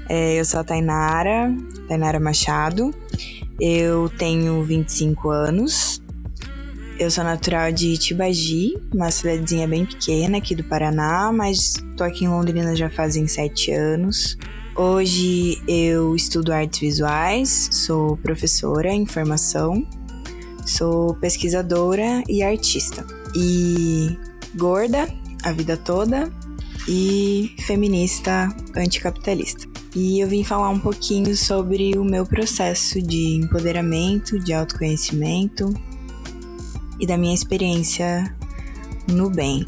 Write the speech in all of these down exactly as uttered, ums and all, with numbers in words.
É, eu sou a Tainara, Tainara Machado. Eu tenho vinte e cinco anos. Eu sou natural de Itibagi, uma cidadezinha bem pequena aqui do Paraná, mas tô aqui em Londrina já fazem sete anos. Hoje eu estudo artes visuais, sou professora em formação, sou pesquisadora e artista. E gorda a vida toda e feminista anticapitalista. E eu vim falar um pouquinho sobre o meu processo de empoderamento, de autoconhecimento e da minha experiência no bem.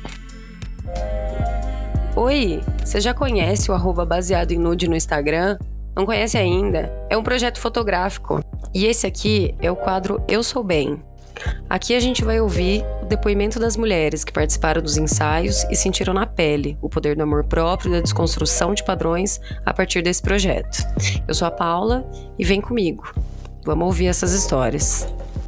Oi, você já conhece o arroba baseado em nude no Instagram? Não conhece ainda? É um projeto fotográfico. E esse aqui é o quadro Eu Sou Bem. Aqui a gente vai ouvir o depoimento das mulheres que participaram dos ensaios e sentiram na pele o poder do amor próprio e da desconstrução de padrões a partir desse projeto. Eu sou a Paula e vem comigo. Vamos ouvir essas histórias.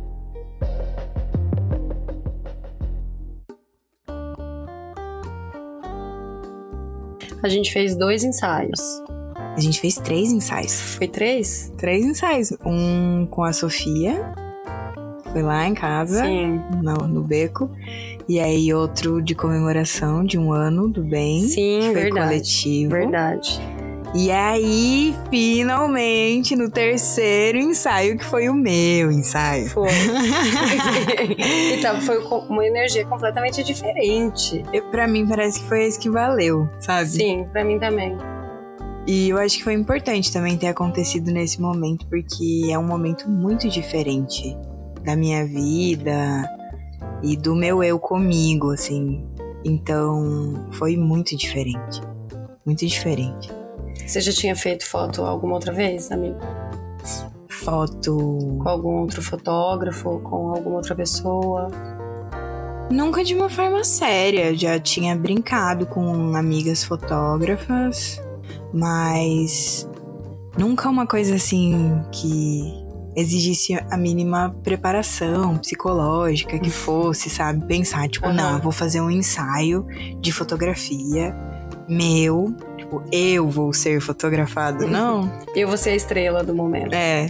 A gente fez dois ensaios. A gente fez três ensaios. Foi três? Três ensaios. Um com a Sofia, foi lá em casa, Sim. No, no Beco. E aí outro de comemoração de um ano do bem. Sim, que foi verdade. coletivo. Verdade. E aí, finalmente, no terceiro ensaio, que foi o meu ensaio. Foi. Então, foi uma energia completamente diferente. Eu, pra mim, parece que foi esse que valeu, sabe? Sim, pra mim também. E eu acho que foi importante também ter acontecido nesse momento, porque é um momento muito diferente da minha vida e do meu eu comigo, assim. Então, foi muito diferente. Muito diferente. Você já tinha feito foto alguma outra vez, amigo? Foto... Com algum outro fotógrafo, com alguma outra pessoa? Nunca de uma forma séria. Já tinha brincado com amigas fotógrafas, mas nunca uma coisa assim que exigisse a mínima preparação psicológica que fosse, sabe? Pensar, tipo, Uhum. não, eu vou fazer um ensaio de fotografia meu, tipo, eu vou ser fotografado, não? Eu vou ser a estrela do momento. É.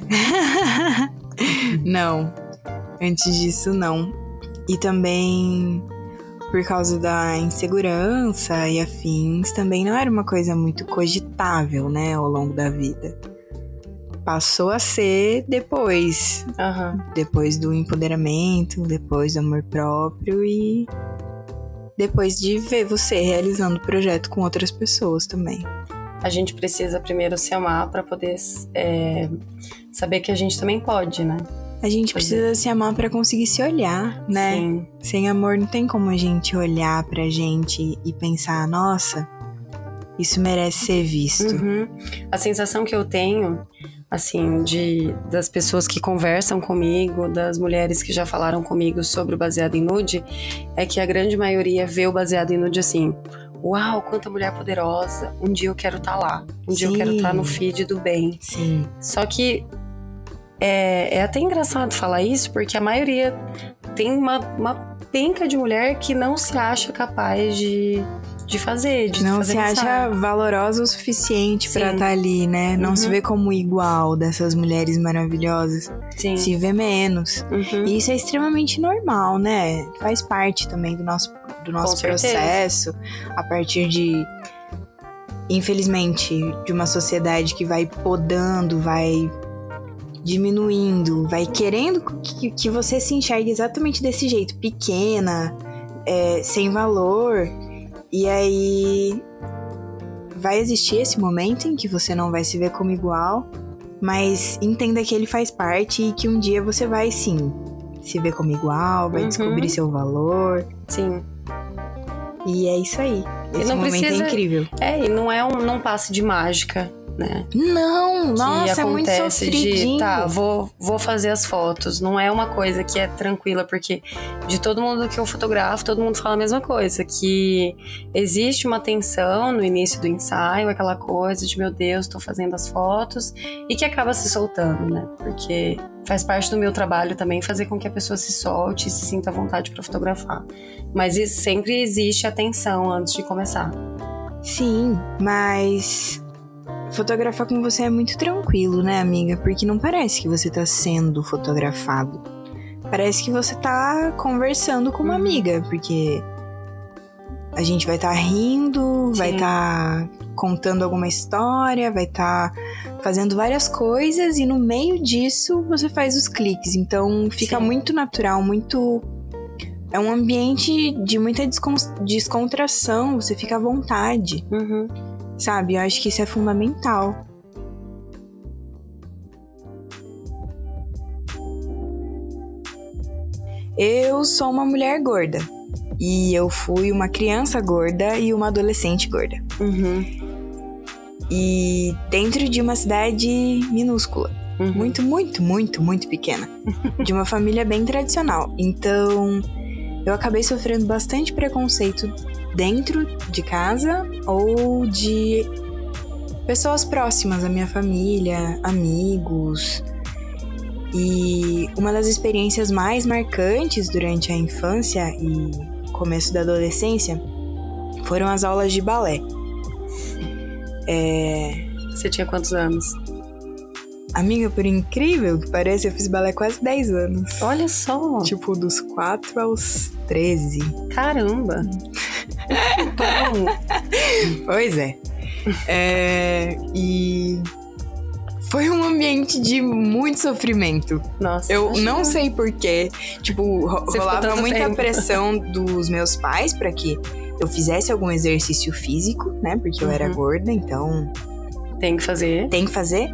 Não. Antes disso, não. E também, por causa da insegurança e afins, também não era uma coisa muito cogitável, né, ao longo da vida. Passou a ser depois. Uhum. Depois do empoderamento, depois do amor próprio e depois de ver você realizando o projeto com outras pessoas também. A gente precisa primeiro se amar pra poder é, saber que a gente também pode, né? A gente precisa se amar pra conseguir se olhar, né? Sim. Sem amor não tem como a gente olhar pra gente e pensar, nossa, isso merece ser visto. Uhum. A sensação que eu tenho, assim, de, das pessoas que conversam comigo, das mulheres que já falaram comigo sobre o baseado em nude, é que a grande maioria vê o baseado em nude assim: uau, quanta mulher poderosa, um dia eu quero estar lá, um Sim. dia eu quero estar no feed do bem. Sim. Só que é, é até engraçado falar isso, porque a maioria tem uma, uma penca de mulher que não se acha capaz de, de fazer, de Não fazer se ensaio. acha valorosa o suficiente Sim. pra estar ali, né? Não Uhum. se vê como igual dessas mulheres maravilhosas. Sim. Se vê menos. Uhum. E isso é extremamente normal, né? Faz parte também do nosso, do nosso Com certeza. processo. A partir de, infelizmente, de uma sociedade que vai podando, vai diminuindo, vai querendo que, que você se enxergue exatamente desse jeito. Pequena, é, sem valor. E aí vai existir esse momento em que você não vai se ver como igual, mas entenda que ele faz parte e que um dia você vai sim se ver como igual, vai Uhum. descobrir seu valor. Sim. E é isso aí. Esse não momento precisa- é incrível. É, e não é um não passe de mágica, né? Não, Que nossa, é muito acontece sofridinho. de, tá, vou, vou fazer as fotos. Não é uma coisa que é tranquila, porque de todo mundo que eu fotografo, todo mundo fala a mesma coisa, que existe uma tensão no início do ensaio, aquela coisa de, meu Deus, tô fazendo as fotos, e que acaba se soltando, né? Porque faz parte do meu trabalho também fazer com que a pessoa se solte e se sinta à vontade pra fotografar. Mas isso, sempre existe a tensão antes de começar. Sim, mas fotografar com você é muito tranquilo, né, amiga? Porque não parece que você tá sendo fotografado. Parece que você tá conversando com uma amiga, porque a gente vai estar tá rindo, Sim. vai estar tá contando alguma história, vai estar tá fazendo várias coisas e no meio disso você faz os cliques. Então fica Sim. muito natural, muito... É um ambiente de muita descon... descontração, você fica à vontade, uhum. sabe? Eu acho que isso é fundamental. Eu sou uma mulher gorda. E eu fui uma criança gorda e uma adolescente gorda. Uhum. E dentro de uma cidade minúscula. Uhum. Muito, muito, muito, muito pequena. De uma família bem tradicional. Então, eu acabei sofrendo bastante preconceito dentro de casa ou de pessoas próximas à minha família, amigos. E uma das experiências mais marcantes durante a infância e começo da adolescência foram as aulas de balé. É... Você tinha quantos anos? Amiga, por incrível que pareça, eu fiz balé quase dez anos. Olha só! Tipo, dos quatro aos treze. Caramba! Pois é. é. E... Foi um ambiente de muito sofrimento. Nossa. Eu não sei porquê. Tipo, Você rolava muita tempo. pressão dos meus pais pra que eu fizesse algum exercício físico, né? Porque eu uhum. era gorda, então... Tem que fazer. Tem que fazer.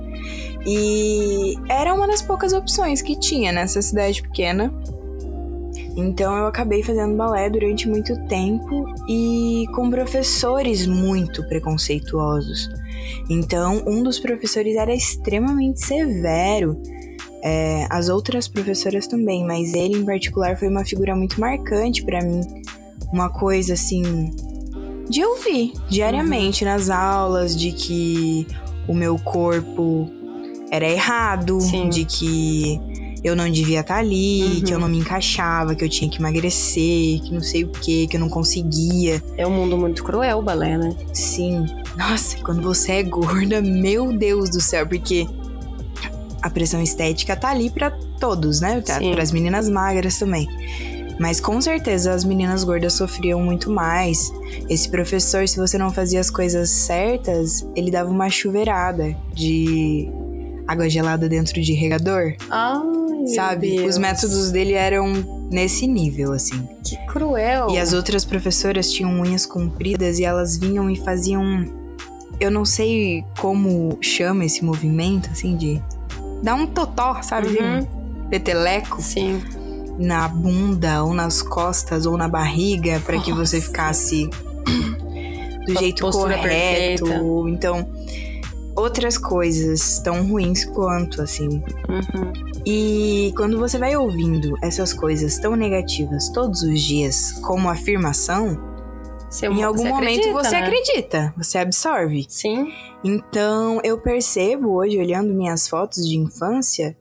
E era uma das poucas opções que tinha nessa cidade pequena. Então eu acabei fazendo balé durante muito tempo e com professores muito preconceituosos. Então, um dos professores era extremamente severo, é, as outras professoras também, mas ele em particular foi uma figura muito marcante pra mim. Uma coisa assim, de ouvir diariamente uhum. nas aulas, de que o meu corpo era errado, Sim. de que eu não devia estar ali, uhum. que eu não me encaixava, que eu tinha que emagrecer, que não sei o que, que eu não conseguia. É um mundo muito cruel o balé, né? Sim. Nossa, quando você é gorda, meu Deus do céu, porque a pressão estética tá ali pra todos, né? Para as meninas magras também. Mas com certeza as meninas gordas sofriam muito mais. Esse professor, se você não fazia as coisas certas, ele dava uma chuveirada de água gelada dentro de regador. Ai, sabe? Meu Deus. Os métodos dele eram nesse nível, assim. Que cruel! E as outras professoras tinham unhas compridas e elas vinham e faziam... Eu não sei como chama esse movimento, assim, de... Dar um totó, sabe? Uhum. Peteleco. Sim. Na bunda, ou nas costas, ou na barriga, pra Nossa. que você ficasse do a jeito correto. Perfeita. Então, outras coisas tão ruins quanto, assim. Uhum. E quando você vai ouvindo essas coisas tão negativas todos os dias como afirmação... Você, em algum você momento acredita, você né? acredita, você absorve. Sim. Então, eu percebo hoje, olhando minhas fotos de infância,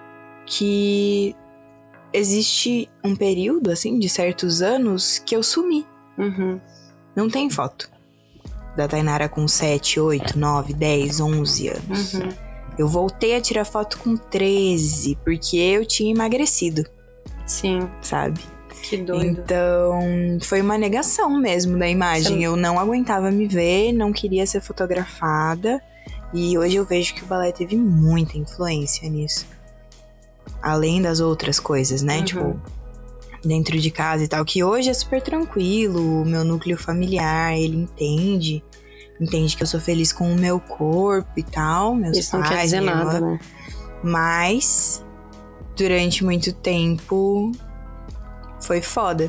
que existe um período, assim, de certos anos que eu sumi. Uhum. Não tem foto da Tainara com sete, oito, nove, dez, onze anos. Uhum. Eu voltei a tirar foto com treze, porque eu tinha emagrecido. Sim. Sabe? Que doido. Então, foi uma negação mesmo da imagem. Você... Eu não aguentava me ver, não queria ser fotografada. E hoje eu vejo que o balé teve muita influência nisso. Além das outras coisas, né? Uhum. Tipo, dentro de casa e tal. Que hoje é super tranquilo. O meu núcleo familiar, ele entende. Entende que eu sou feliz com o meu corpo e tal. Meus Isso pais, não quer dizer nada, irmã. né? Mas, durante muito tempo... Foi foda.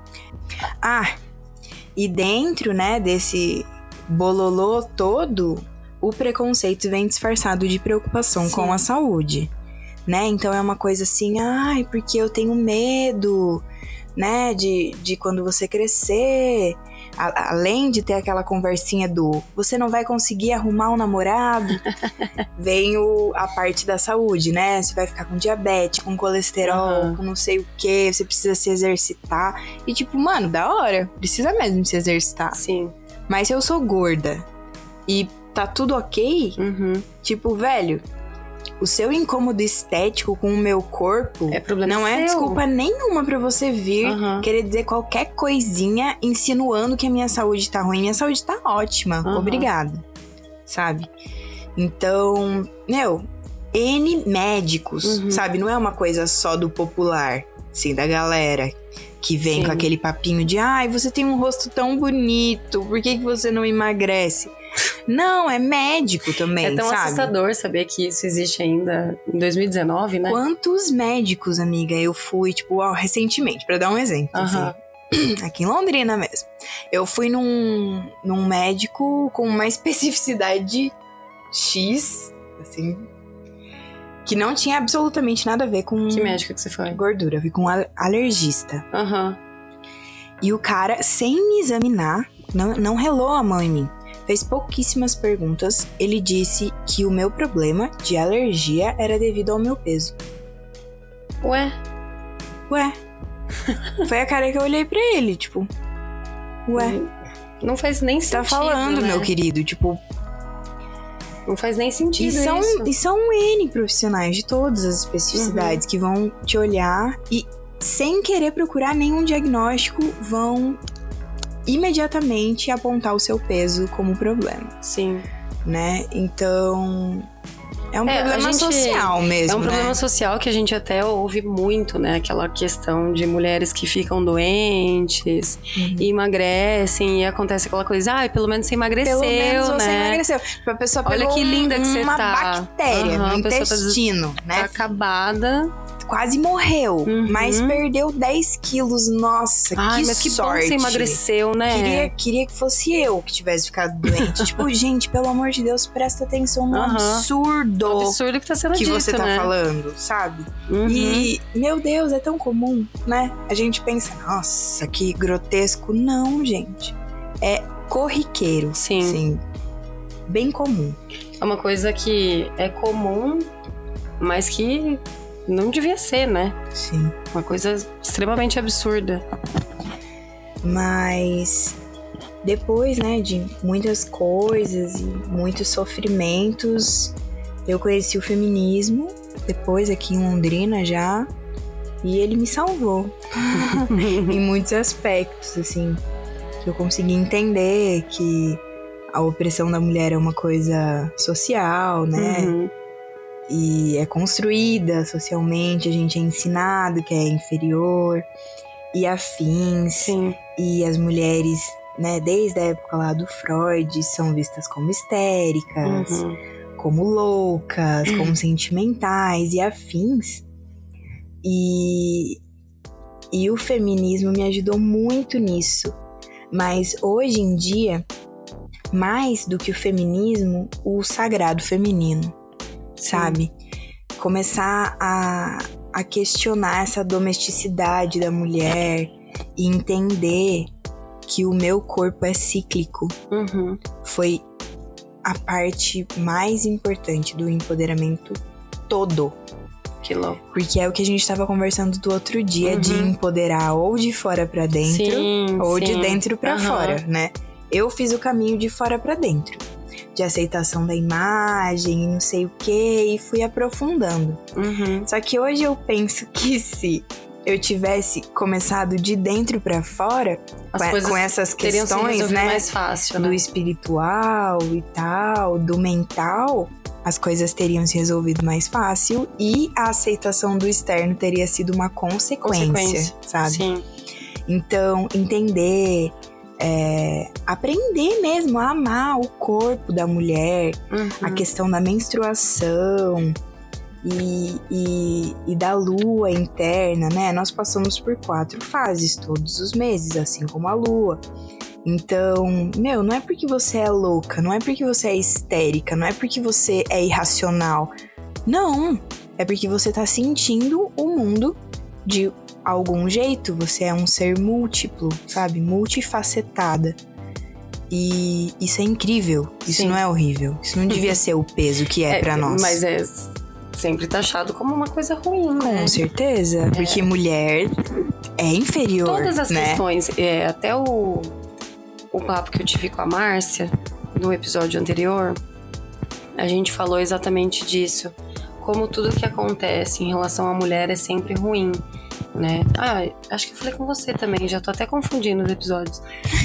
Ah, e dentro, né, desse bololô todo, o preconceito vem disfarçado de preocupação Sim. com a saúde, né? Então é uma coisa assim, ai, porque eu tenho medo, né, de, de quando você crescer... A, além de ter aquela conversinha do você não vai conseguir arrumar um namorado, vem o, a parte da saúde, né? Você vai ficar com diabetes, com colesterol, uhum. com não sei o que, você precisa se exercitar. E tipo, mano, da hora, precisa mesmo se exercitar. Sim. Mas se eu sou gorda e tá tudo ok. Uhum. Tipo, velho, o seu incômodo estético com o meu corpo é problema não é seu. desculpa nenhuma pra você vir Uhum. querer dizer qualquer coisinha insinuando que a minha saúde tá ruim. Minha saúde tá ótima, Uhum. obrigada, sabe? Então, meu, N médicos, Uhum. sabe? Não é uma coisa só do popular, assim, da galera que vem Sim. com aquele papinho de ai, você tem um rosto tão bonito, por que, que você não emagrece? Não, é médico também, É tão sabe? assustador saber que isso existe ainda em dois mil e dezenove, né? Quantos médicos, amiga, eu fui, tipo, ó, recentemente, pra dar um exemplo, Uhum. assim, aqui em Londrina mesmo. Eu fui num, num médico com uma especificidade X, assim, que não tinha absolutamente nada a ver com Que médico que você foi? gordura. Eu fui com um al- alergista. Aham. Uhum. E o cara, sem me examinar, não, não relou a mão em mim. Fez pouquíssimas perguntas. Ele disse que o meu problema de alergia era devido ao meu peso. Ué? Ué? Foi a cara que eu olhei pra ele, tipo... Ué? Não faz nem Você sentido, tá falando, né? meu querido, tipo... Não faz nem sentido E são, isso. e são N profissionais de todas as especificidades, uhum, que vão te olhar e, sem querer procurar nenhum diagnóstico, vão imediatamente apontar o seu peso como problema. Sim. Né? Então... É um é, problema gente, social mesmo, É um né? problema social que a gente até ouve muito, né? Aquela questão de mulheres que ficam doentes, uhum, e emagrecem, e acontece aquela coisa, ai, ah, pelo menos você emagreceu, pelo menos você né? emagreceu. Tipo, a pessoa Olha pegou que linda que você uma tá. bactéria uhum, no intestino, tá né? Tá acabada. Quase morreu, uhum, mas perdeu dez quilos. Nossa, ai, que mas que sorte. bom que você emagreceu, né? Queria, queria que fosse eu que tivesse ficado doente. Tipo, gente, pelo amor de Deus, presta atenção no uhum, absurdo. O absurdo que tá sendo que dito, você tá né? falando, sabe? Uhum. E, meu Deus, é tão comum, né? A gente pensa, nossa, que grotesco. Não, gente. É corriqueiro. Sim. Sim. Bem comum. É uma coisa que é comum, mas que não devia ser, né? Sim. Uma coisa extremamente absurda. Mas depois, né, de muitas coisas e muitos sofrimentos, eu conheci o feminismo, depois aqui em Londrina já, e ele me salvou. Em muitos aspectos, assim, que eu consegui entender que a opressão da mulher é uma coisa social, né? Uhum. E é construída socialmente, a gente é ensinado que é inferior e afins. Sim. E as mulheres, né, desde a época lá do Freud, são vistas como histéricas, uhum, como loucas, uhum, como sentimentais e afins. E, e o feminismo me ajudou muito nisso. Mas hoje em dia, mais do que o feminismo, o sagrado feminino. Sabe? Começar a, a questionar essa domesticidade da mulher e entender que o meu corpo é cíclico. Uhum. Foi a parte mais importante do empoderamento todo. Que louco. Porque é o que a gente tava conversando do outro dia, uhum, de empoderar ou de fora pra dentro, sim, ou sim. de dentro pra uhum. fora, né? Eu fiz o caminho de fora pra dentro. De aceitação da imagem e não sei o que, e fui aprofundando. Uhum. Só que hoje eu penso que se eu tivesse começado de dentro pra fora, as com, coisas com essas questões, né, mais fácil, né? Do espiritual e tal, do mental, as coisas teriam se resolvido mais fácil e a aceitação do externo teria sido uma consequência, consequência. Sabe? Sim. Então, entender... É, aprender mesmo a amar o corpo da mulher, uhum, a questão da menstruação e, e, e da lua interna, né? Nós passamos por quatro fases todos os meses, assim como a lua. Então, meu, não é porque você é louca, não é porque você é histérica, não é porque você é irracional. Não, é porque você tá sentindo o mundo de algum jeito, você é um ser múltiplo, sabe? Multifacetada. E isso é incrível. Isso Sim. não é horrível. Isso não devia ser o peso que é, é pra nós. Mas é sempre taxado como uma coisa ruim, Com né? certeza. É. Porque mulher é inferior, Todas as né? questões, é, até o, o papo que eu tive com a Márcia, no episódio anterior, a gente falou exatamente disso. Como tudo que acontece em relação à mulher é sempre ruim, né? Ah, acho que eu falei com você também, já tô até confundindo os episódios.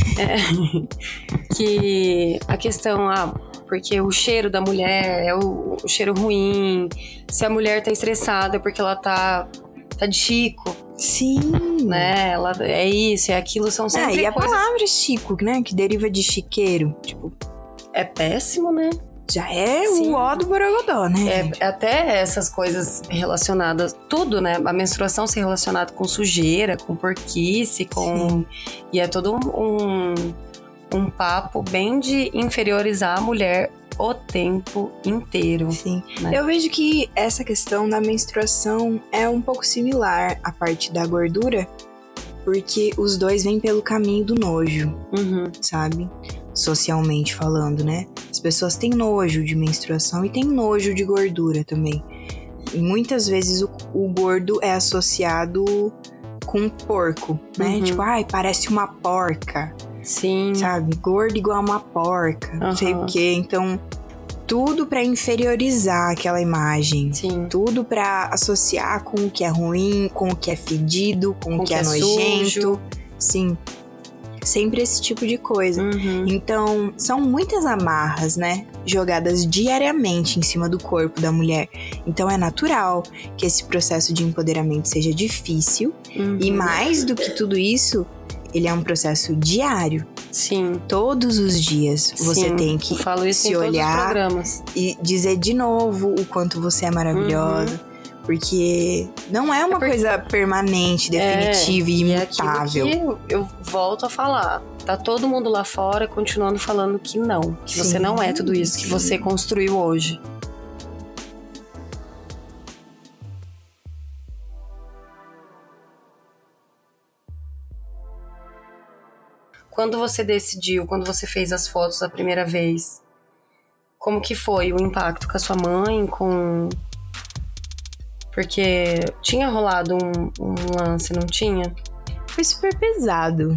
É, que a questão, ah, porque o cheiro da mulher é o, o cheiro ruim, se a mulher tá estressada é porque ela tá, tá de chico. Sim. Né? Ela, é isso, é aquilo, são sempre é, e a coisas... palavra chico, né? Que deriva de chiqueiro. Tipo, é péssimo, né? Já é Sim. o ó do borogodó, né? É, até essas coisas relacionadas, tudo, né? A menstruação se relacionada com sujeira, com porquice, com... Sim. E é todo um, um papo bem de inferiorizar a mulher o tempo inteiro. Sim. Né? Eu vejo que essa questão da menstruação é um pouco similar à parte da gordura, porque os dois vêm pelo caminho do nojo, uhum. sabe? Socialmente falando, né? As pessoas têm nojo de menstruação e têm nojo de gordura também. E muitas vezes o, o gordo é associado com porco, né? Uhum. Tipo, ai, parece uma porca. Sim. Sabe? Gordo igual uma porca, não uhum. sei o quê. Então, tudo pra inferiorizar aquela imagem. Sim. Tudo pra associar com o que é ruim, com o que é fedido, com, com o que, que é, é nojento. Sujo. Sim. Sempre esse tipo de coisa. Uhum. Então, são muitas amarras, né? Jogadas diariamente em cima do corpo da mulher. Então, é natural que esse processo de empoderamento seja difícil. Uhum. E mais do que tudo isso, ele é um processo diário. Sim. Todos os dias você Sim. tem que Eu falo isso se em olhar todos os programas. E dizer de novo o quanto você é maravilhosa. Uhum. Porque não é uma é porque... coisa permanente, definitiva é, e imutável. É aquilo que eu, eu volto a falar. Tá todo mundo lá fora continuando falando que não. Que sim, você não é tudo isso sim. que você construiu hoje. Quando você decidiu, quando você fez as fotos a primeira vez, como que foi o impacto com a sua mãe, com... Porque tinha rolado um, um lance, não tinha? Foi super pesado.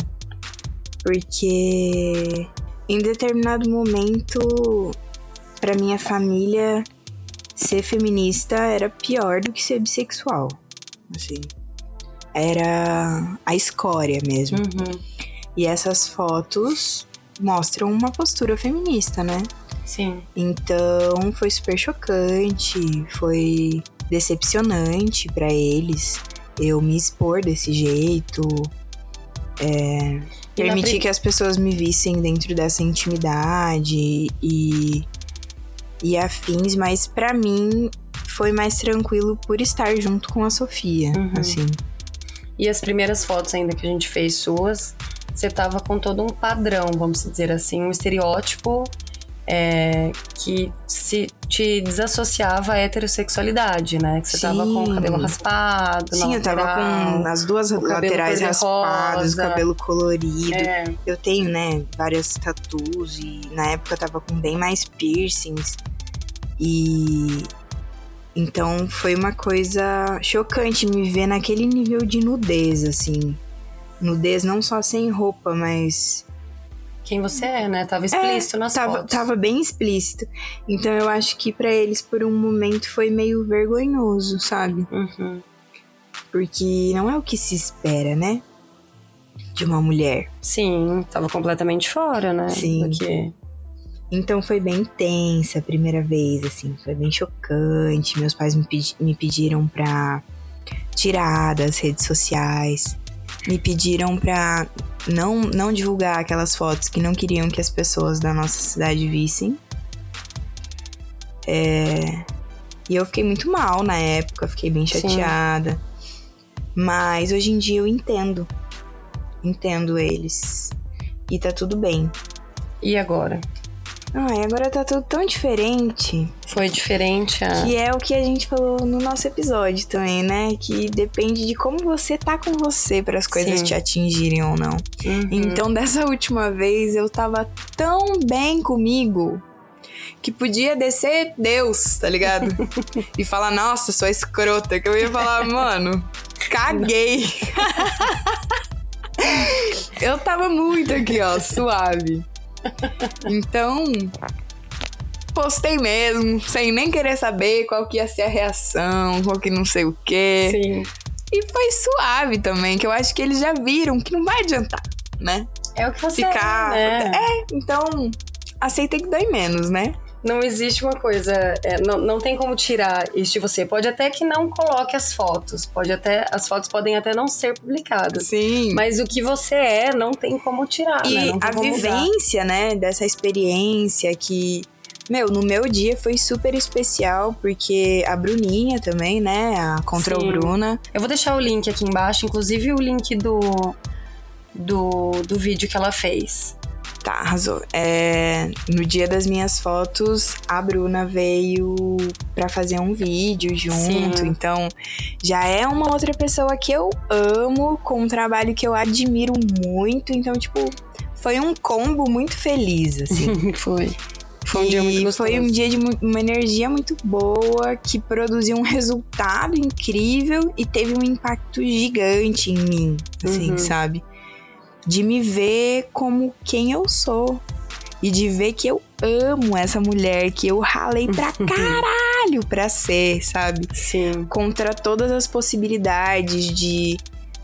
Porque em determinado momento, pra minha família, ser feminista era pior do que ser bissexual. Assim, era a escória mesmo. Uhum. E essas fotos mostram uma postura feminista, né? Sim. Então, foi super chocante, foi decepcionante pra eles eu me expor desse jeito, é, permitir pre... que as pessoas me vissem dentro dessa intimidade e, e afins, mas pra mim foi mais tranquilo por estar junto com a Sofia, uhum. assim. E as primeiras fotos ainda que a gente fez suas, você tava com todo um padrão, vamos dizer assim, um estereótipo é, que se te desassociava à heterossexualidade, né? Que você Sim. tava com o cabelo raspado, Sim, eu tava com as duas laterais raspadas, o cabelo colorido. É. Eu tenho, né, várias tatuas e na época eu tava com bem mais piercings. E... Então foi uma coisa chocante me ver naquele nível de nudez, assim. Nudez não só sem roupa, mas... Quem você é, né? Tava explícito é, nas tava, fotos. Tava bem explícito. Então eu acho que pra eles, por um momento, foi meio vergonhoso, sabe? Uhum. Porque não é o que se espera, né? De uma mulher. Sim, tava completamente fora, né? Sim. Porque... Então foi bem tensa a primeira vez, assim. Foi bem chocante. Meus pais me, pedi- me pediram pra tirar das redes sociais. Me pediram pra não, não divulgar aquelas fotos que não queriam que as pessoas da nossa cidade vissem. É... E eu fiquei muito mal na época, fiquei bem chateada. Sim. Mas hoje em dia eu entendo. Entendo eles. E tá tudo bem. E agora? Ai, agora tá tudo tão diferente. Foi diferente, a... Que é o que a gente falou no nosso episódio também, né? Que depende de como você tá com você para as coisas Sim. te atingirem ou não. Uhum. Então, dessa última vez, eu tava tão bem comigo que podia descer Deus, tá ligado? E falar, nossa, sou escrota. Que eu ia falar, mano, caguei. Eu tava muito aqui, ó, suave. Então, postei mesmo, sem nem querer saber qual que ia ser a reação, qual que não sei o quê. Sim. E foi suave também, que eu acho que eles já viram que não vai adiantar, né? É o que você Ficar... é, né? É, então, aceitei que dói menos, né? Não existe uma coisa, é, não, não tem como tirar isso de você. Pode até que não coloque as fotos, pode até, as fotos podem até não ser publicadas. Sim. Mas o que você é, não tem como tirar, e né? Não tem a como vivência, mudar. Né, dessa experiência que, meu, no meu dia foi super especial, porque a Bruninha também, né, a Control Sim. Bruna. Eu vou deixar o link aqui embaixo, inclusive o link do, do, do vídeo que ela fez. Tá, arrasou. É, no dia das minhas fotos, a Bruna veio pra fazer um vídeo junto. Sim. Então, já é uma outra pessoa que eu amo, com um trabalho que eu admiro muito. Então, tipo, foi um combo muito feliz, assim. Foi. Foi um dia muito gostoso. Foi um dia de uma energia muito boa, que produziu um resultado incrível e teve um impacto gigante em mim, assim, uhum. sabe? De me ver como quem eu sou. E de ver que eu amo essa mulher, que eu ralei pra caralho pra ser, sabe? Sim. Contra todas as possibilidades de...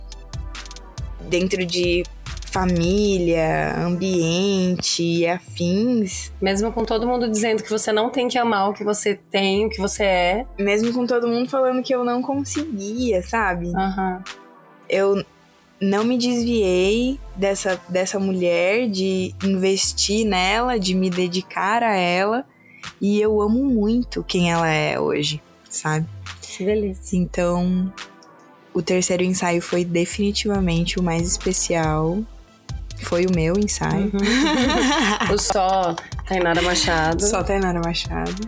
Dentro de família, ambiente e afins. Mesmo com todo mundo dizendo que você não tem que amar o que você tem, o que você é. Mesmo com todo mundo falando que eu não conseguia, sabe? Aham. Uhum. Eu... não me desviei dessa, dessa mulher, de investir nela, de me dedicar a ela. E eu amo muito quem ela é hoje, sabe? Que delícia. Então, o terceiro ensaio foi definitivamente o mais especial. Foi o meu ensaio. Uhum. O só Tainara Machado. Só Tainara Machado.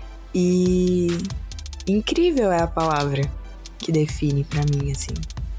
E incrível é a palavra que define pra mim, assim.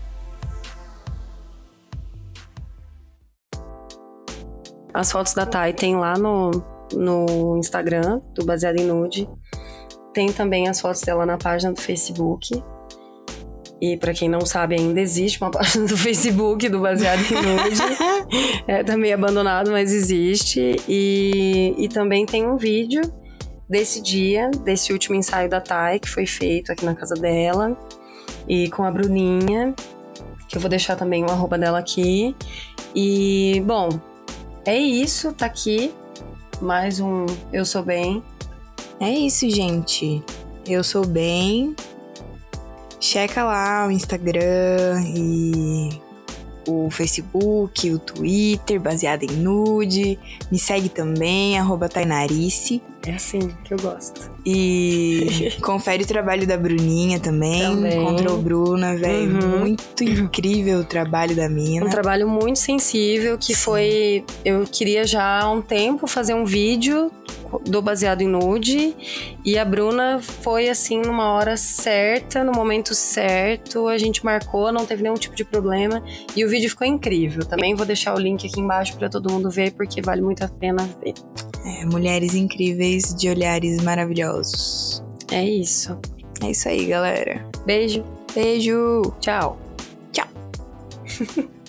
As fotos da Thay tem lá no, no Instagram, do Baseado em Nude. Tem também as fotos dela na página do Facebook. E pra quem não sabe, ainda existe uma página do Facebook do Baseado em Nude. É, tá meio abandonado, mas existe. E, e também tem um vídeo desse dia, desse último ensaio da Thay, que foi feito aqui na casa dela. E com a Bruninha, que eu vou deixar também o arroba dela aqui. E, bom... é isso, tá aqui. Mais um Eu Sou Bem. É isso, gente. Eu Sou Bem. Checa lá o Instagram e o Facebook, o Twitter, Baseado em Nude. Me segue também, arroba Tainarice. É assim que eu gosto. E confere o trabalho da Bruninha também. também. Control Bruna, velho. Uhum. Muito incrível o trabalho da mina. Um trabalho muito sensível, que Sim. foi... Eu queria já há um tempo fazer um vídeo do Baseado em Nude. E a Bruna foi, assim, numa hora certa, no momento certo. A gente marcou, não teve nenhum tipo de problema. E o vídeo ficou incrível. Também vou deixar o link aqui embaixo pra todo mundo ver, porque vale muito a pena ver. É, mulheres incríveis de olhares maravilhosos. É isso. É isso aí, galera. Beijo. Beijo. Tchau. Tchau.